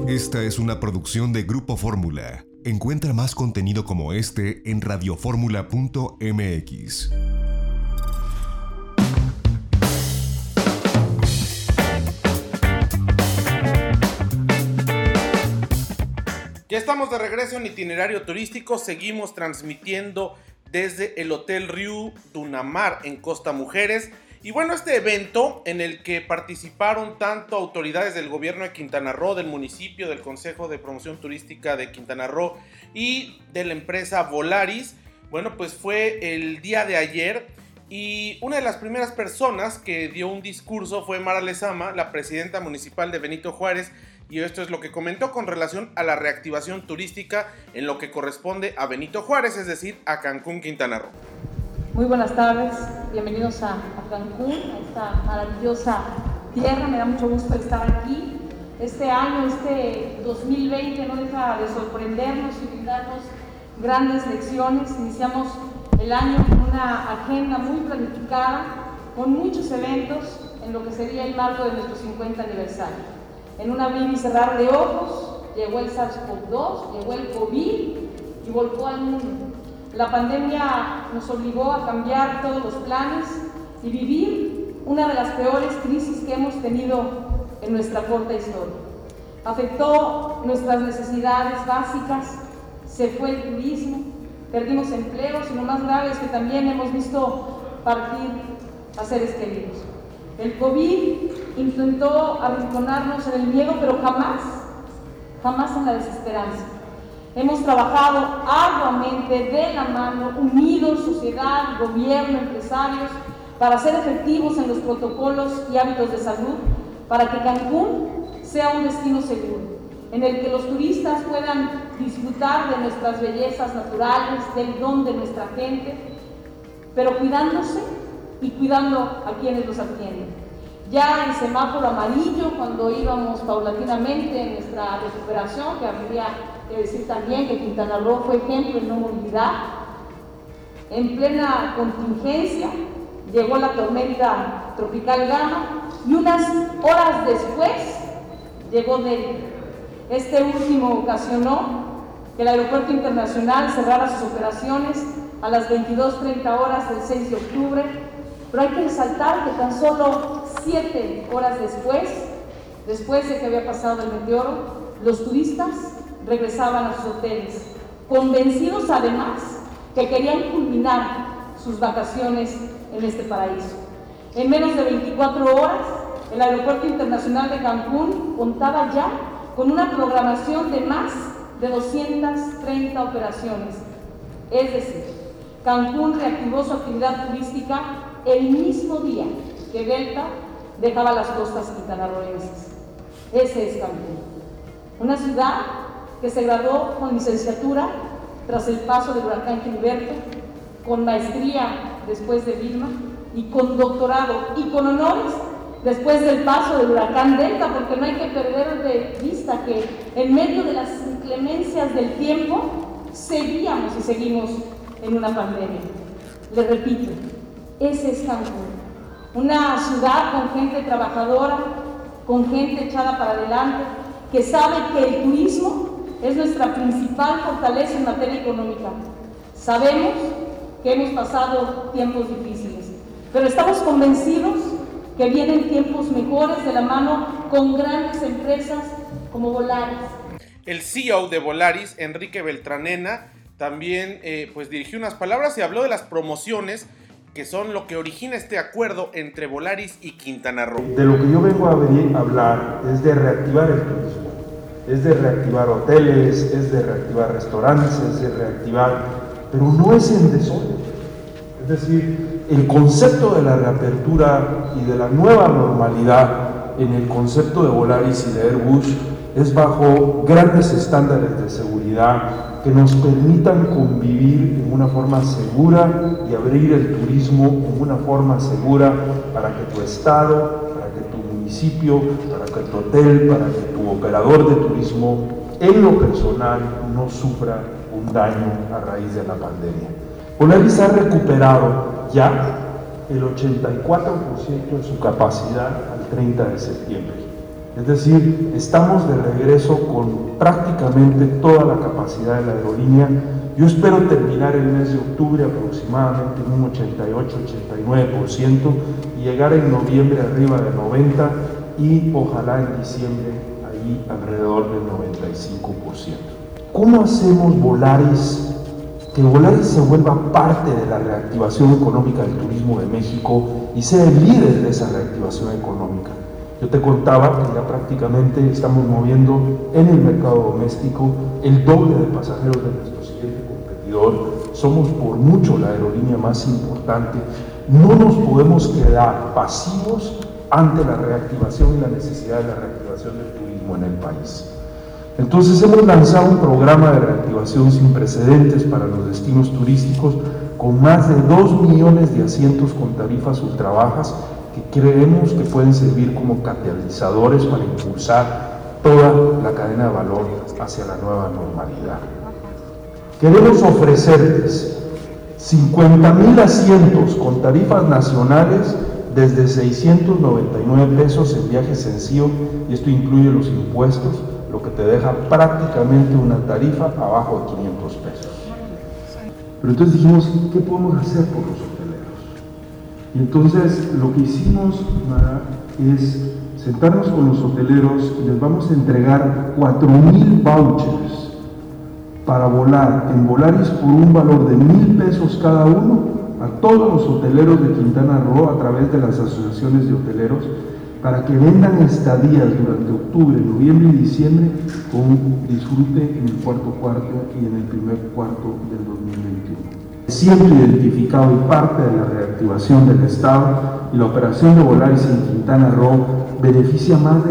Esta es una producción de Grupo Fórmula. Encuentra más contenido como este en radioformula.mx. Ya estamos de regreso en Itinerario Turístico. Seguimos transmitiendo desde el Hotel Riu Dunamar en Costa Mujeres. Y bueno, este evento en el que participaron tanto autoridades del gobierno de Quintana Roo, del municipio, del Consejo de Promoción Turística de Quintana Roo y de la empresa Volaris, bueno, pues fue el día de ayer. Y una de las primeras personas que dio un discurso fue Mara Lezama, la presidenta municipal de Benito Juárez, y esto es lo que comentó con relación a la reactivación turística en lo que corresponde a Benito Juárez, es decir, a Cancún, Quintana Roo. Muy buenas tardes, bienvenidos a Cancún, a esta maravillosa tierra. Me da mucho gusto estar aquí. Este año, este 2020 no deja de sorprendernos y brindarnos grandes lecciones. Iniciamos el año con una agenda muy planificada, con muchos eventos en lo que sería el marco de nuestro 50 aniversario. En un abrir y cerrar de ojos, llegó el SARS-CoV-2, llegó el COVID y volcó al mundo. La pandemia nos obligó a cambiar todos los planes y vivir una de las peores crisis que hemos tenido en nuestra corta historia. Afectó nuestras necesidades básicas, se fue el turismo, perdimos empleos y lo más grave es que también hemos visto partir a seres queridos. El COVID intentó arrinconarnos en el miedo, pero jamás en la desesperanza. Hemos trabajado arduamente de la mano, unidos, sociedad, gobierno, empresarios, para ser efectivos en los protocolos y hábitos de salud, para que Cancún sea un destino seguro, en el que los turistas puedan disfrutar de nuestras bellezas naturales, del don de nuestra gente, pero cuidándose y cuidando a quienes los atienden. Ya en semáforo amarillo, cuando íbamos paulatinamente en nuestra recuperación, que habría que decir también que Quintana Roo fue ejemplo en no movilidad, en plena contingencia llegó la tormenta tropical Gama y unas horas después llegó Delta. Este último ocasionó que el Aeropuerto Internacional cerrara sus operaciones a las 22:30 horas del 6 de octubre, pero hay que resaltar que tan solo 7 horas después de que había pasado el meteoro, los turistas regresaban a sus hoteles, convencidos además que querían culminar sus vacaciones en este paraíso. En menos de 24 horas, el Aeropuerto Internacional de Cancún contaba ya con una programación de más de 230 operaciones. Es decir, Cancún reactivó su actividad turística el mismo día que Delta dejaba las costas quintanarroenses. Ese es Cancún, una ciudad que se graduó con licenciatura tras el paso del huracán Gilberto, con maestría después de Vilma y con doctorado y con honores después del paso del huracán Delta, porque no hay que perder de vista que en medio de las inclemencias del tiempo seguíamos y seguimos en una pandemia. Les repito, ese es Cancún, una ciudad con gente trabajadora, con gente echada para adelante, que sabe que el turismo es nuestra principal fortaleza en materia económica. Sabemos que hemos pasado tiempos difíciles, pero estamos convencidos que vienen tiempos mejores de la mano con grandes empresas como Volaris. El CEO de Volaris, Enrique Beltranena, también pues dirigió unas palabras y habló de las promociones que son lo que origina este acuerdo entre Volaris y Quintana Roo. De lo que yo vengo a hablar es de reactivar el turismo, es de reactivar hoteles, es de reactivar restaurantes, es de reactivar, pero no es en desorden. Es decir, el concepto de la reapertura y de la nueva normalidad en el concepto de Volaris y de Airbus es bajo grandes estándares de seguridad que nos permitan convivir en una forma segura y abrir el turismo en una forma segura para que tu estado, para que tu municipio, para que tu hotel, para que tu operador de turismo en lo personal no sufra un daño a raíz de la pandemia. Volaris ha recuperado ya el 84% de su capacidad al 30 de septiembre. Es decir, estamos de regreso con prácticamente toda la capacidad de la aerolínea. Yo espero terminar el mes de octubre aproximadamente en un 88-89% y llegar en noviembre arriba de 90% y ojalá en diciembre ahí alrededor del 95%. ¿Cómo hacemos Volaris? Que Volaris se vuelva parte de la reactivación económica del turismo de México y sea el líder de esa reactivación económica. Yo te contaba que ya prácticamente estamos moviendo en el mercado doméstico el doble de pasajeros de nuestro siguiente competidor. Somos por mucho la aerolínea más importante. No nos podemos quedar pasivos ante la reactivación y la necesidad de la reactivación del turismo en el país. Entonces hemos lanzado un programa de reactivación sin precedentes para los destinos turísticos con más de 2 millones de asientos con tarifas ultrabajas que creemos que pueden servir como catalizadores para impulsar toda la cadena de valor hacia la nueva normalidad. Queremos ofrecerles 50,000 asientos con tarifas nacionales desde 699 pesos en viaje sencillo, y esto incluye los impuestos, lo que te deja prácticamente una tarifa abajo de 500 pesos. Pero entonces dijimos, ¿qué podemos hacer por los hoteleros? Y entonces lo que hicimos, Mara, es sentarnos con los hoteleros y les vamos a entregar 4,000 vouchers para volar en Volaris por un valor de 1,000 pesos cada uno a todos los hoteleros de Quintana Roo a través de las asociaciones de hoteleros, para que vendan estadías durante octubre, noviembre y diciembre con disfrute en el cuarto y en el primer cuarto del 2021. Siempre identificado y parte de la reactivación del Estado, y la operación de Volaris en Quintana Roo beneficia a más de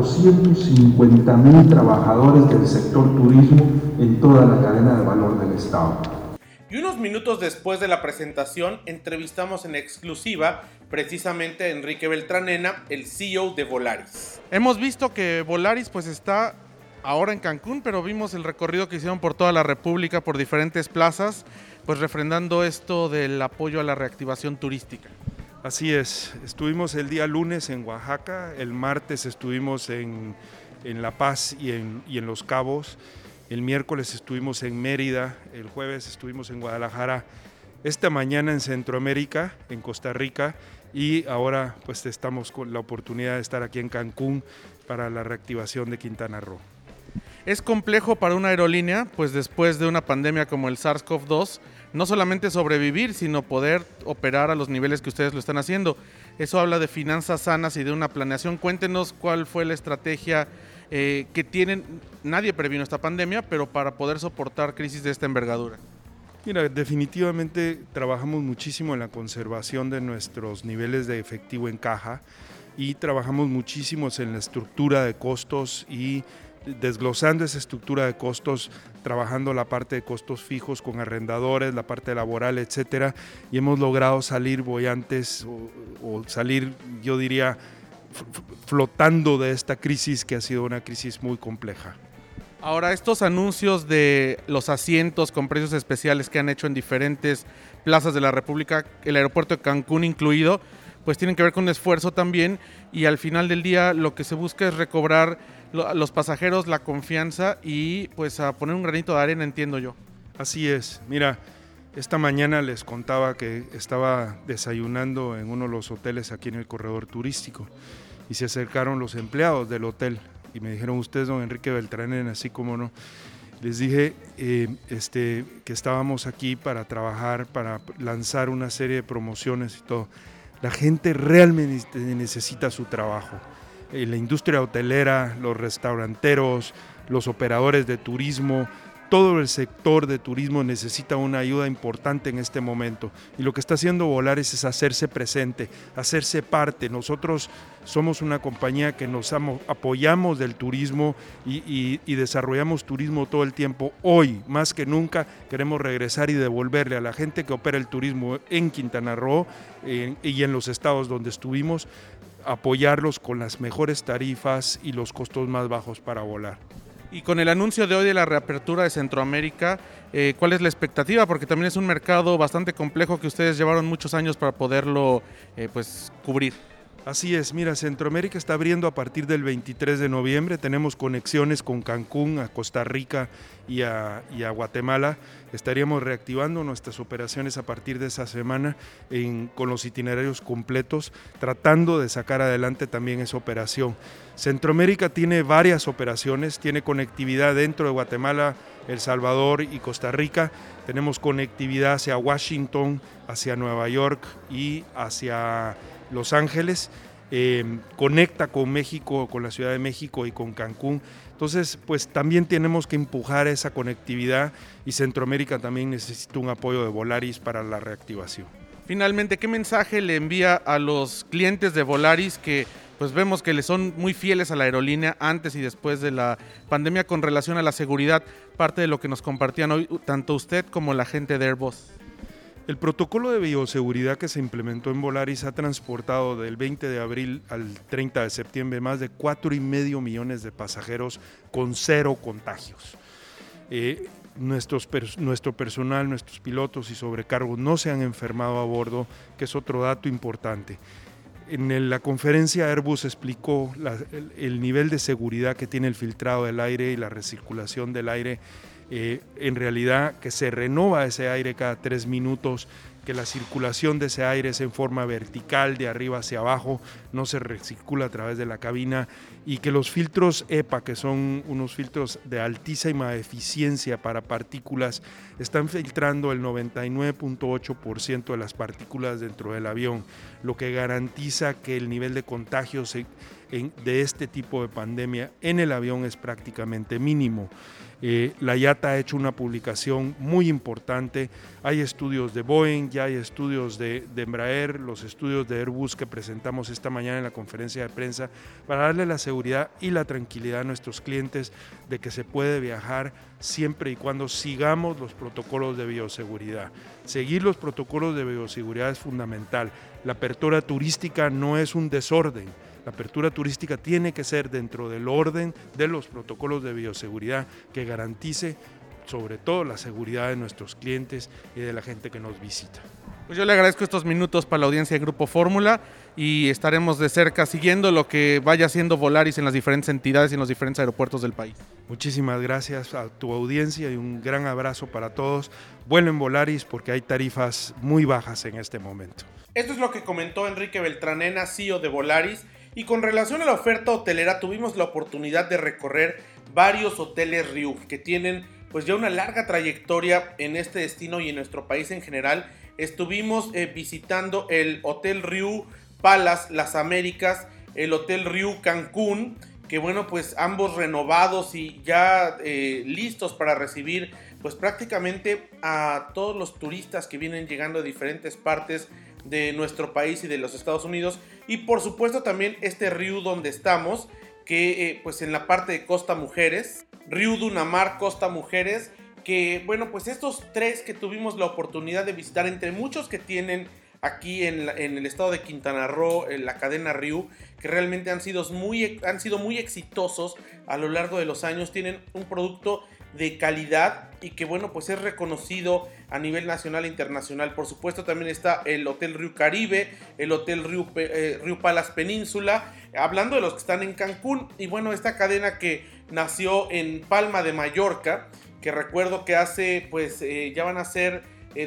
450,000 trabajadores del sector turismo en toda la cadena de valor del Estado. Y unos minutos después de la presentación, entrevistamos en exclusiva precisamente a Enrique Beltranena, el CEO de Volaris. Hemos visto que Volaris pues está ahora en Cancún, pero vimos el recorrido que hicieron por toda la República, por diferentes plazas, pues refrendando esto del apoyo a la reactivación turística. Así es, estuvimos el día lunes en Oaxaca, el martes estuvimos en La Paz y en Los Cabos, el miércoles estuvimos en Mérida, el jueves estuvimos en Guadalajara, esta mañana en Centroamérica, en Costa Rica, y ahora pues estamos con la oportunidad de estar aquí en Cancún para la reactivación de Quintana Roo. Es complejo para una aerolínea, pues después de una pandemia como el SARS-CoV-2, no solamente sobrevivir, sino poder operar a los niveles que ustedes lo están haciendo. Eso habla de finanzas sanas y de una planeación. Cuéntenos cuál fue la estrategia que tienen. Nadie previno esta pandemia, pero para poder soportar crisis de esta envergadura. Mira, definitivamente trabajamos muchísimo en la conservación de nuestros niveles de efectivo en caja y trabajamos muchísimo en la estructura de costos y desglosando esa estructura de costos, trabajando la parte de costos fijos con arrendadores, la parte laboral, etcétera, y hemos logrado salir boyantes o salir, yo diría, flotando de esta crisis que ha sido una crisis muy compleja. Ahora, estos anuncios de los asientos con precios especiales que han hecho en diferentes plazas de la República, el aeropuerto de Cancún incluido, pues tienen que ver con un esfuerzo también, y al final del día lo que se busca es recobrar a los pasajeros la confianza y pues a poner un granito de arena, entiendo yo. Así es, mira, esta mañana les contaba que estaba desayunando en uno de los hoteles aquí en el corredor turístico y se acercaron los empleados del hotel y me dijeron, ustedes, don Enrique Beltranena, así como no. Les dije que estábamos aquí para trabajar, para lanzar una serie de promociones y todo. La gente realmente necesita su trabajo. La industria hotelera, los restauranteros, los operadores de turismo, todo el sector de turismo necesita una ayuda importante en este momento. Y lo que está haciendo Volaris es hacerse presente, hacerse parte. Nosotros somos una compañía que nos apoyamos del turismo y desarrollamos turismo todo el tiempo. Hoy, más que nunca, queremos regresar y devolverle a la gente que opera el turismo en Quintana Roo y en los estados donde estuvimos, apoyarlos con las mejores tarifas y los costos más bajos para volar. Y con el anuncio de hoy de la reapertura de Centroamérica, ¿cuál es la expectativa? Porque también es un mercado bastante complejo que ustedes llevaron muchos años para poderlo pues cubrir. Así es, mira, Centroamérica está abriendo a partir del 23 de noviembre, tenemos conexiones con Cancún, a Costa Rica y a Guatemala. Estaríamos reactivando nuestras operaciones a partir de esa semana con los itinerarios completos, tratando de sacar adelante también esa operación. Centroamérica tiene varias operaciones, tiene conectividad dentro de Guatemala, El Salvador y Costa Rica. Tenemos conectividad hacia Washington, hacia Nueva York y hacia Los Ángeles, conecta con México, con la Ciudad de México y con Cancún. Entonces, pues también tenemos que empujar esa conectividad y Centroamérica también necesita un apoyo de Volaris para la reactivación. Finalmente, ¿qué mensaje le envía a los clientes de Volaris que pues vemos que le son muy fieles a la aerolínea antes y después de la pandemia con relación a la seguridad? Parte de lo que nos compartían hoy tanto usted como la gente de Airbus. El protocolo de bioseguridad que se implementó en Volaris ha transportado del 20 de abril al 30 de septiembre más de 4,5 millones de pasajeros con 0 contagios. Nuestro personal, nuestros pilotos y sobrecargos no se han enfermado a bordo, que es otro dato importante. En la conferencia Airbus explicó el nivel de seguridad que tiene el filtrado del aire y la recirculación del aire. En realidad que se renova ese aire cada 3 minutos, que la circulación de ese aire es en forma vertical, de arriba hacia abajo, no se recircula a través de la cabina, y que los filtros EPA, que son unos filtros de altísima eficiencia para partículas, están filtrando el 99.8% de las partículas dentro del avión, lo que garantiza que el nivel de contagios de este tipo de pandemia en el avión es prácticamente mínimo. La IATA ha hecho una publicación muy importante, hay estudios de Boeing, ya hay estudios de Embraer, los estudios de Airbus que presentamos esta mañana en la conferencia de prensa para darle la seguridad y la tranquilidad a nuestros clientes de que se puede viajar siempre y cuando sigamos los protocolos de bioseguridad. Seguir los protocolos de bioseguridad es fundamental. La apertura turística no es un desorden. La apertura turística tiene que ser dentro del orden de los protocolos de bioseguridad que garantice sobre todo la seguridad de nuestros clientes y de la gente que nos visita. Pues yo le agradezco estos minutos para la audiencia de Grupo Fórmula y estaremos de cerca siguiendo lo que vaya haciendo Volaris en las diferentes entidades y en los diferentes aeropuertos del país. Muchísimas gracias a tu audiencia y un gran abrazo para todos. Vuelen Volaris porque hay tarifas muy bajas en este momento. Esto es lo que comentó Enrique Beltranena, CEO de Volaris. Y con relación a la oferta hotelera, tuvimos la oportunidad de recorrer varios hoteles Riu que tienen pues ya una larga trayectoria en este destino y en nuestro país en general. Estuvimos visitando el Hotel Riu Palace Las Américas, el Hotel Riu Cancún, que bueno, pues ambos renovados y ya listos para recibir pues prácticamente a todos los turistas que vienen llegando de diferentes partes de nuestro país y de los Estados Unidos. Y por supuesto también este Riu donde estamos, que pues en la parte de Costa Mujeres, Riu Dunamar, Costa Mujeres, que bueno, pues estos 3 que tuvimos la oportunidad de visitar, entre muchos que tienen aquí en el estado de Quintana Roo, en la cadena Riu, que realmente han sido muy exitosos a lo largo de los años, tienen un producto de calidad y que bueno, pues es reconocido a nivel nacional e internacional. Por supuesto también está el Hotel Riu Caribe, el Hotel Riu Palace Península, hablando de los que están en Cancún, y bueno, esta cadena que nació en Palma de Mallorca, que recuerdo que hace pues ya van a ser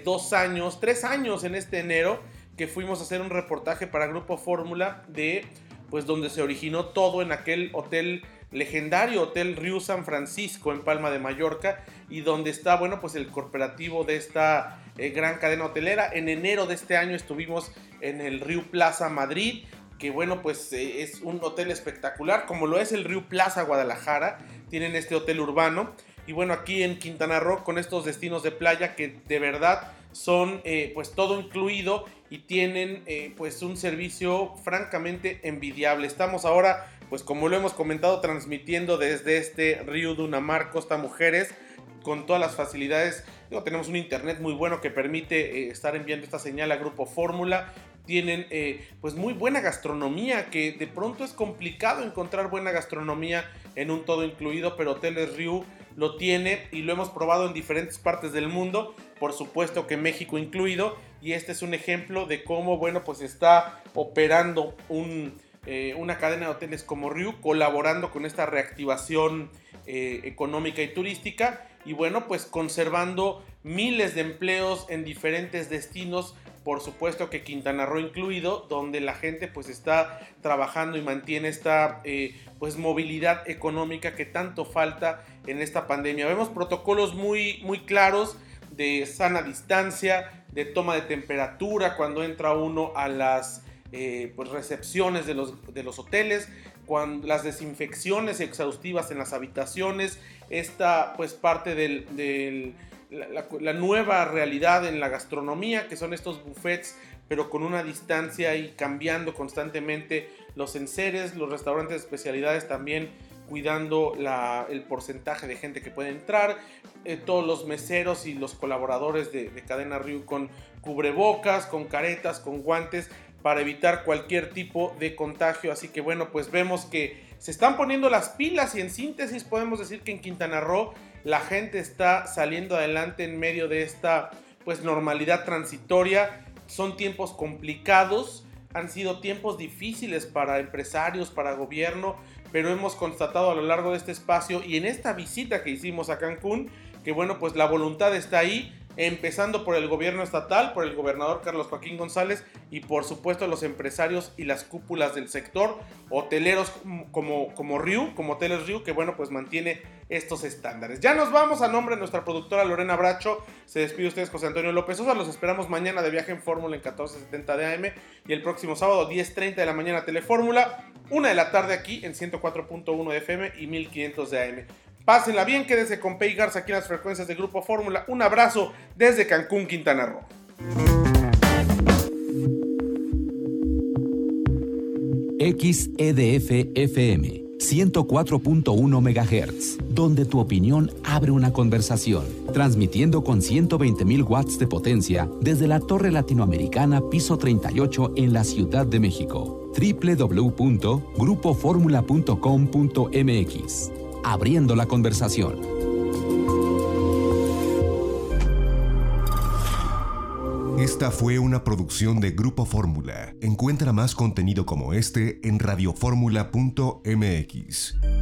3 años en este enero, que fuimos a hacer un reportaje para Grupo Fórmula de pues donde se originó todo en aquel hotel legendario, Hotel Riu San Francisco en Palma de Mallorca, y donde está bueno pues el corporativo de esta gran cadena hotelera. En enero de este año estuvimos en el Riu Plaza Madrid, que bueno pues es un hotel espectacular, como lo es el Riu Plaza Guadalajara. Tienen este hotel urbano. Y bueno, aquí en Quintana Roo con estos destinos de playa que de verdad son pues todo incluido y tienen pues un servicio francamente envidiable. Estamos ahora, pues como lo hemos comentado, transmitiendo desde este Riu Dunamar, Costa Mujeres, con todas las facilidades. Tenemos un internet muy bueno que permite estar enviando esta señal a Grupo Fórmula. Tienen pues muy buena gastronomía, que de pronto es complicado encontrar buena gastronomía en un todo incluido, pero Hoteles Riu lo tiene y lo hemos probado en diferentes partes del mundo, por supuesto que México incluido, y este es un ejemplo de cómo, bueno, pues está operando una cadena de hoteles como RIU, colaborando con esta reactivación económica y turística, y bueno, pues conservando miles de empleos en diferentes destinos, por supuesto que Quintana Roo incluido, donde la gente pues está trabajando y mantiene esta pues movilidad económica que tanto falta en esta pandemia. Vemos protocolos muy claros de sana distancia, de toma de temperatura cuando entra uno a las pues recepciones de los hoteles, las desinfecciones exhaustivas en las habitaciones, esta pues parte la nueva realidad en la gastronomía, que son estos buffets, pero con una distancia y cambiando constantemente los enseres, los restaurantes de especialidades también cuidando el porcentaje de gente que puede entrar, todos los meseros y los colaboradores de Cadena RIU con cubrebocas, con caretas, con guantes, para evitar cualquier tipo de contagio. Así que bueno, pues vemos que se están poniendo las pilas, y en síntesis podemos decir que en Quintana Roo la gente está saliendo adelante en medio de esta pues normalidad transitoria. Son tiempos complicados, han sido tiempos difíciles para empresarios, para gobierno, pero hemos constatado a lo largo de este espacio y en esta visita que hicimos a Cancún que bueno, pues la voluntad está ahí, empezando por el gobierno estatal, por el gobernador Carlos Joaquín González, y por supuesto los empresarios y las cúpulas del sector, hoteleros como RIU, como Hoteles RIU, que bueno, pues mantiene estos estándares. Ya nos vamos. A nombre de nuestra productora Lorena Bracho, se despide ustedes José Antonio López Sosa. Los esperamos mañana de Viaje en Fórmula en 1470 de AM, y el próximo sábado 10:30 de la mañana Telefórmula, 1 de la tarde aquí en 104.1 de FM y 1500 de AM. Pásenla bien, quédense con Pei Garza aquí en las frecuencias de Grupo Fórmula. Un abrazo desde Cancún, Quintana Roo. XEDF FM 104.1 MHz, donde tu opinión abre una conversación, transmitiendo con 120,000 watts de potencia desde la Torre Latinoamericana, piso 38 en la Ciudad de México. www.grupoformula.com.mx. Abriendo la conversación. Esta fue una producción de Grupo Fórmula. Encuentra más contenido como este en radioformula.mx.